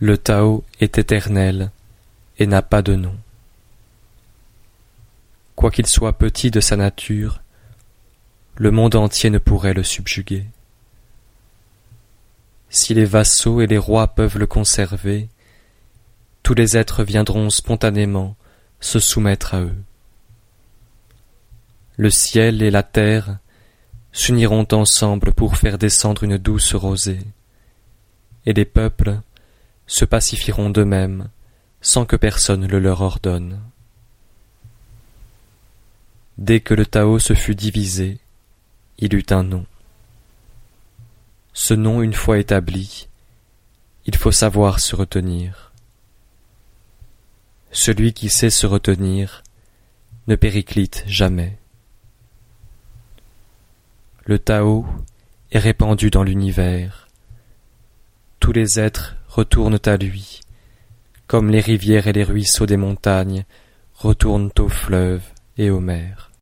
Le Tao est éternel et n'a pas de nom. Quoiqu'il soit petit de sa nature, le monde entier ne pourrait le subjuguer. Si les vassaux et les rois peuvent le conserver, tous les êtres viendront spontanément se soumettre à eux. Le ciel et la terre s'uniront ensemble pour faire descendre une douce rosée, et les peuples se pacifieront d'eux-mêmes sans que personne le leur ordonne. Dès que le Tao se fut divisé, il eut un nom. Ce nom, une fois établi, il faut savoir se retenir. Celui qui sait se retenir ne périclite jamais. Le Tao est répandu dans l'univers. Tous les êtres retournent à lui, comme les rivières et les ruisseaux des montagnes retournent aux fleuves et aux mers.